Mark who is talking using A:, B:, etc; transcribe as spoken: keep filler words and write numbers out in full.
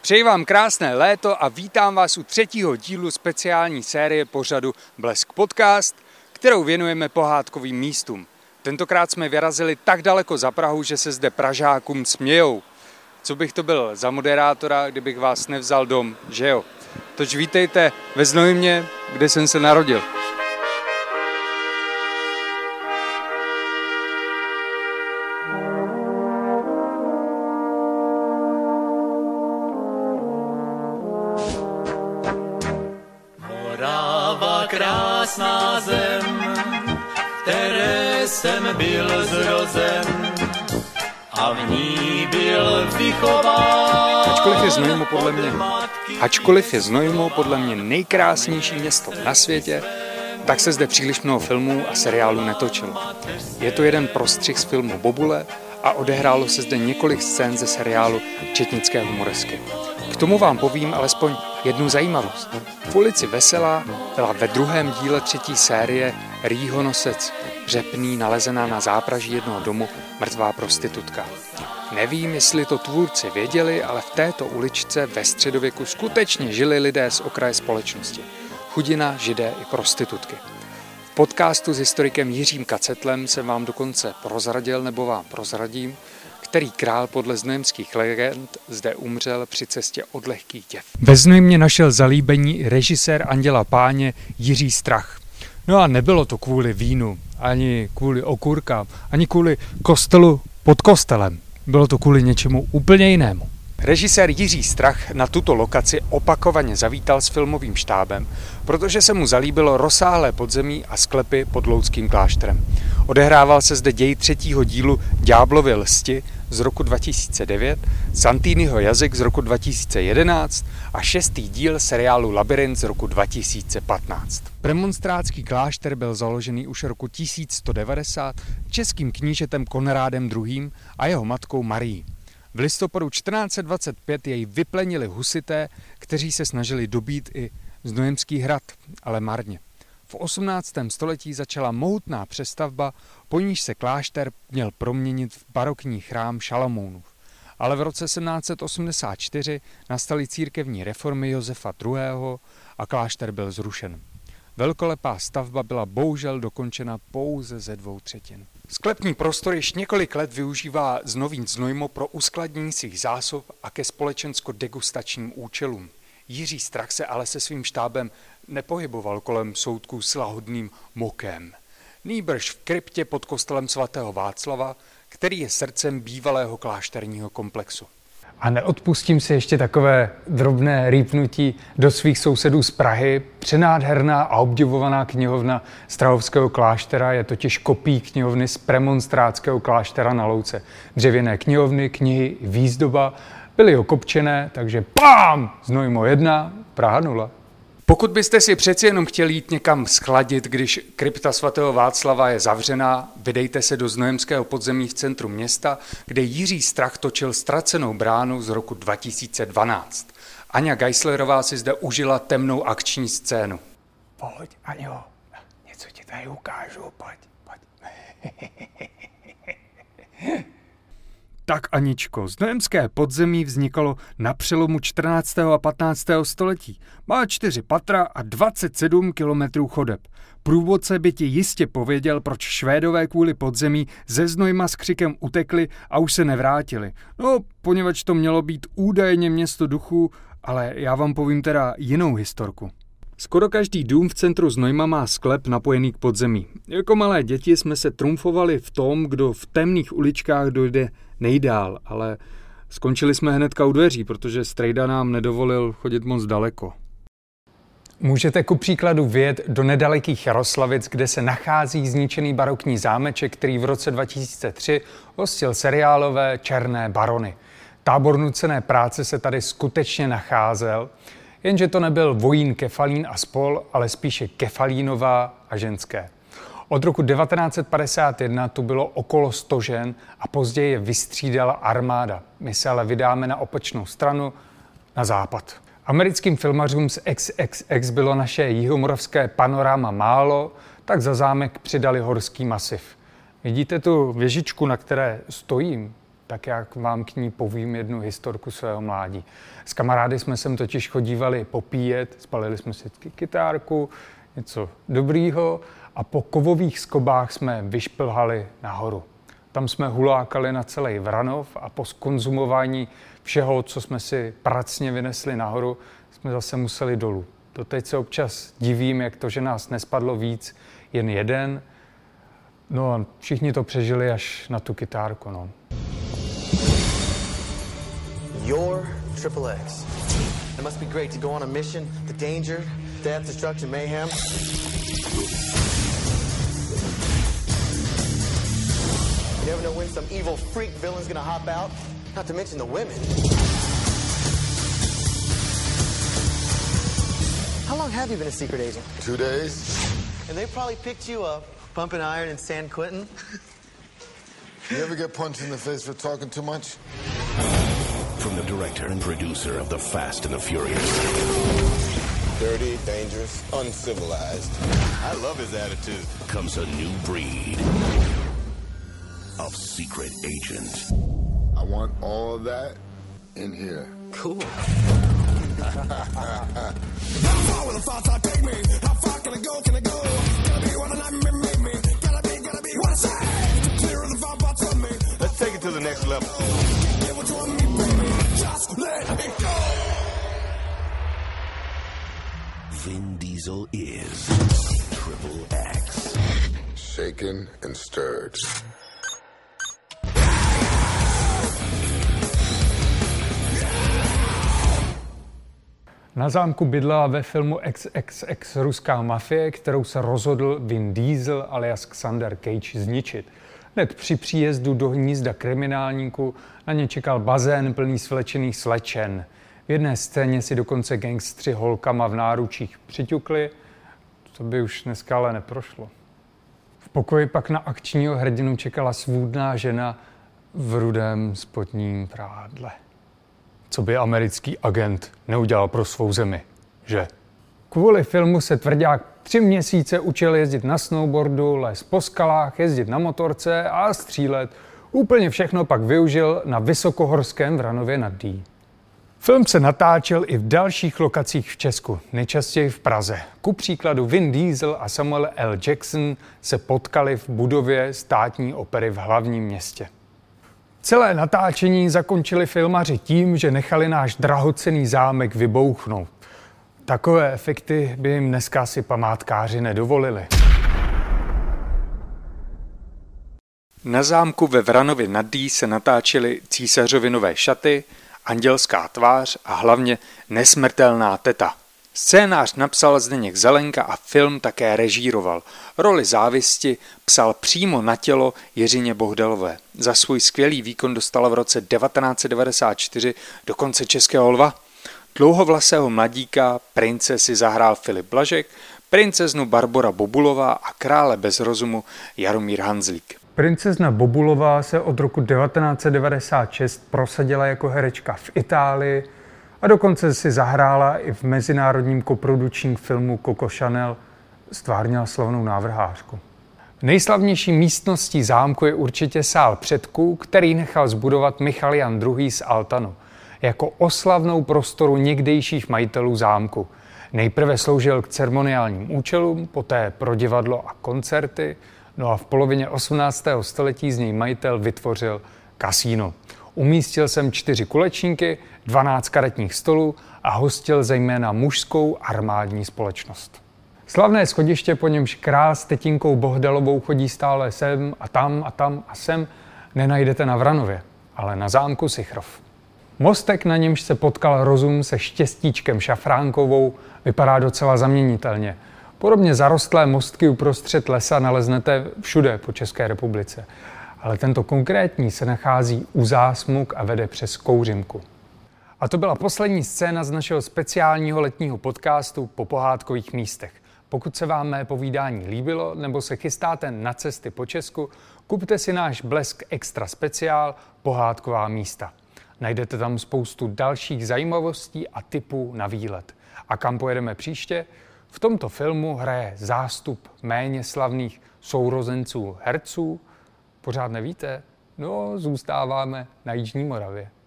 A: Přeji vám krásné léto a vítám vás u třetího dílu speciální série pořadu Blesk Podcast, kterou věnujeme pohádkovým místům. Tentokrát jsme vyrazili tak daleko za Prahu, že se zde Pražákům smějou. Co bych to byl za moderátora, kdybych vás nevzal dom, že jo? Tož vítejte ve Znojmě, kde jsem se narodil.
B: Morava, krásná zem, které jsem byl zrozen a v ní byl vychován.
A: Ačkoliv je Znojmo podle mě, ačkoliv je Znojmo podle mě nejkrásnější město na světě, tak se zde příliš mnoho filmů a seriálů netočilo. Je to jeden prostřih z filmu Bobule a odehrálo se zde několik scén ze seriálu Četnické humoresky. K tomu vám povím alespoň jednu zajímavost. V ulici Veselá byla ve druhém díle třetí série Rýhonosec Řepný nalezená na zápraží jednoho domu mrtvá prostitutka. Nevím, jestli to tvůrci věděli, ale v této uličce ve středověku skutečně žili lidé z okraje společnosti. Chudina, židé i prostitutky. V podcastu s historikem Jiřím Kacetlem jsem vám dokonce prozradil, nebo vám prozradím, který král podle znojemských legend zde umřel při cestě od lehkých děv. Ve Znojmě našel zalíbení režisér Anděla Páně Jiří Strach. No a nebylo to kvůli vínu, ani kvůli okurkám, ani kvůli kostelu pod kostelem. Bylo to kvůli něčemu úplně jinému. Režisér Jiří Strach na tuto lokaci opakovaně zavítal s filmovým štábem, protože se mu zalíbilo rozsáhlé podzemí a sklepy pod Loudským klášterem. Odehrával se zde děj třetího dílu Ďáblovy lsti z roku dva tisíce devět, Santiniho jazyk z roku dva tisíce jedenáct a šestý díl seriálu Labyrint z roku dva tisíce patnáct. Premonstrátský klášter byl založený už roku tisíc sto devadesát českým knížetem Konrádem druhým. a jeho matkou Marií. V listopadu čtrnáct set dvacet pět jej vyplenili husité, kteří se snažili dobít i Znojemský hrad, ale marně. V osmnáctém století začala mohutná přestavba, po níž se klášter měl proměnit v barokní chrám Šalamounův. Ale v roce sedmnáct set osmdesát čtyři nastaly církevní reformy Josefa druhého. a klášter byl zrušen. Velkolepá stavba byla bohužel dokončena pouze ze dvou třetin. Sklepní prostor již několik let využívá Znovín Znojmo pro uskladnění svých zásob a ke společensko-degustačním účelům. Jiří Strach se ale se svým štábem nepohyboval kolem soudků s lahodným mokem. Nýbrž v kryptě pod kostelem svatého Václava, který je srdcem bývalého klášterního komplexu. A neodpustím si ještě takové drobné rýpnutí do svých sousedů z Prahy. Přenádherná a obdivovaná knihovna Strahovského kláštera je totiž kopií knihovny z Premonstrátského kláštera na Louce. Dřevěné knihovny, knihy, výzdoba byly okopčené, takže pám! Znojmo jedna, Praha nula. Pokud byste si přeci jenom chtěli jít někam schladit, když krypta svatého Václava je zavřená, vydejte se do znojemského podzemí v centru města, kde Jiří Strach točil Ztracenou bránu z roku dva tisíce dvanáct. Aňa Geislerová si zde užila temnou akční scénu. Pojď, Aňo, něco ti tady ukážu, pojď, pojď. Tak, Aničko, znojemské podzemí vznikalo na přelomu čtrnáctého a patnáctého století. Má čtyři patra a dvacet sedm kilometrů chodeb. Průvodce by ti jistě pověděl, proč Švédové kvůli podzemí ze Znojma s křikem utekli a už se nevrátili. No, poněvadž to mělo být údajně město duchů, ale já vám povím teda jinou historku. Skoro každý dům v centru Znojma má sklep napojený k podzemí. Jako malé děti jsme se trumfovali v tom, kdo v temných uličkách dojde nejdál, ale skončili jsme hnedka u dveří, protože strejda nám nedovolil chodit moc daleko. Můžete ku příkladu vyjet do nedalekých Jaroslavic, kde se nachází zničený barokní zámeček, který v roce dva tisíce tři hostil seriálové Černé barony. Tábor nucené práce se tady skutečně nacházel, jenže to nebyl Vojín, Kefalín a spol, ale spíše Kefalínová a ženské. Od roku devatenáct set padesát jedna tu bylo okolo sto žen a později je vystřídala armáda. My se ale vydáme na opačnou stranu, na západ. Americkým filmařům z X X X bylo naše jihomoravské panoráma málo, tak za zámek přidali horský masiv. Vidíte tu věžičku, na které stojím? tak jak vám k ní povím jednu historku svého mládí. S kamarády jsme sem totiž chodívali popíjet, spalili jsme si kytárku, něco dobrýho a po kovových skobách jsme vyšplhali nahoru. Tam jsme hulákali na celý Vranov a po skonzumování všeho, co jsme si pracně vynesli nahoru, jsme zase museli dolů. Doteď se občas divím, jak to, že nás nespadlo víc, jen jeden. No a všichni to přežili až na tu kytárku, no.
C: You're Triple X. It must be great to go on a mission, the danger, death, destruction, mayhem. You never know when some evil freak villain's gonna hop out, not to mention the women. How long have you been a secret agent?
D: Two days.
C: And they probably picked you up, pumping iron in San Quentin.
D: You ever get punched in the face for talking too much?
E: From the director and producer of The Fast and the Furious.
D: Dirty, dangerous, uncivilized.
E: I love his attitude. Comes a new breed of secret agent.
D: I want all of that in here.
C: Cool.
E: How far will the far side take me? How far can I go? Can I go? Gotta be what I make me. Gotta be, gotta be what I say. Clear the far parts from me.
D: Let's take it to the next level.
E: Get what you want me, baby. Just let me go. Vin Diesel is Triple X.
D: Shaken and stirred.
A: Na zámku bydlela ve filmu X X X ruská mafie, kterou se rozhodl Vin Diesel alias Xander Cage zničit. Hned při příjezdu do hnízda kriminálníku na ně čekal bazén plný svlečených slečen. V jedné scéně si dokonce gangstři holkama v náručích přiťukli, to by už dneska ale neprošlo. V pokoji pak na akčního hrdinu čekala svůdná žena v rudém spodním prádle. Co by americký agent neudělal pro svou zemi, že? Kvůli filmu se tvrdák tři měsíce učil jezdit na snowboardu, lézt po skalách, jezdit na motorce a střílet. Úplně všechno pak využil na vysokohorském Vranově nad Dý. Film se natáčel i v dalších lokacích v Česku, nejčastěji v Praze. Ku příkladu Vin Diesel a Samuel L. Jackson se potkali v budově státní opery v hlavním městě. Celé natáčení zakončili filmaři tím, že nechali náš drahocenný zámek vybouchnout. Takové efekty by jim dneska asi památkáři nedovolili. Na zámku ve Vranově nad Dý se natáčely Císařovinové šaty, Andělská tvář a hlavně Nesmrtelná teta. Scénář napsal Zdeněk Zelenka a film také režíroval. Roli závisti psal přímo na tělo Jiřině Bohdalové. Za svůj skvělý výkon dostala v roce devatenáct set devadesát čtyři dokonce Českého lva. Dlouhovlasého mladíka prince si zahrál Filip Blažek, princeznu Barbora Bobulová a krále bez rozumu Jaromír Hanzlík. Princezna Bobulová se od roku devatenáct set devadesát šest prosadila jako herečka v Itálii a dokonce si zahrála i v mezinárodním koprodučním filmu Coco Chanel, stvárnila slavnou návrhářku. Nejslavnější místností zámku je určitě sál předků, který nechal zbudovat Michal Jan druhý. z Altanu jako oslavnou prostoru někdejších majitelů zámku. Nejprve sloužil k ceremoniálním účelům, poté pro divadlo a koncerty, no a v polovině osmnáctého století z něj majitel vytvořil kasíno. Umístil jsem čtyři kulečníky, dvanáct karetních stolů a hostil zejména mužskou armádní společnost. Slavné schodiště, po němž král s tetinkou Bohdalovou chodí stále sem a tam a tam a sem, nenajdete na Vranově, ale na zámku Sichrov. Mostek, na němž se potkal rozum se štěstíčkem Šafránkovou, vypadá docela zaměnitelně. Podobně zarostlé mostky uprostřed lesa naleznete všude po České republice. Ale tento konkrétní se nachází u Zásmuk a vede přes Kouřimku. A to byla poslední scéna z našeho speciálního letního podcastu Po pohádkových místech. Pokud se vám mé povídání líbilo nebo se chystáte na cesty po Česku, kupte si náš Blesk Extra speciál Pohádková místa. Najdete tam spoustu dalších zajímavostí a tipů na výlet. A kam pojedeme příště? V tomto filmu hraje zástup méně slavných sourozenců herců. Pořád nevíte? No, zůstáváme na Jižní Moravě.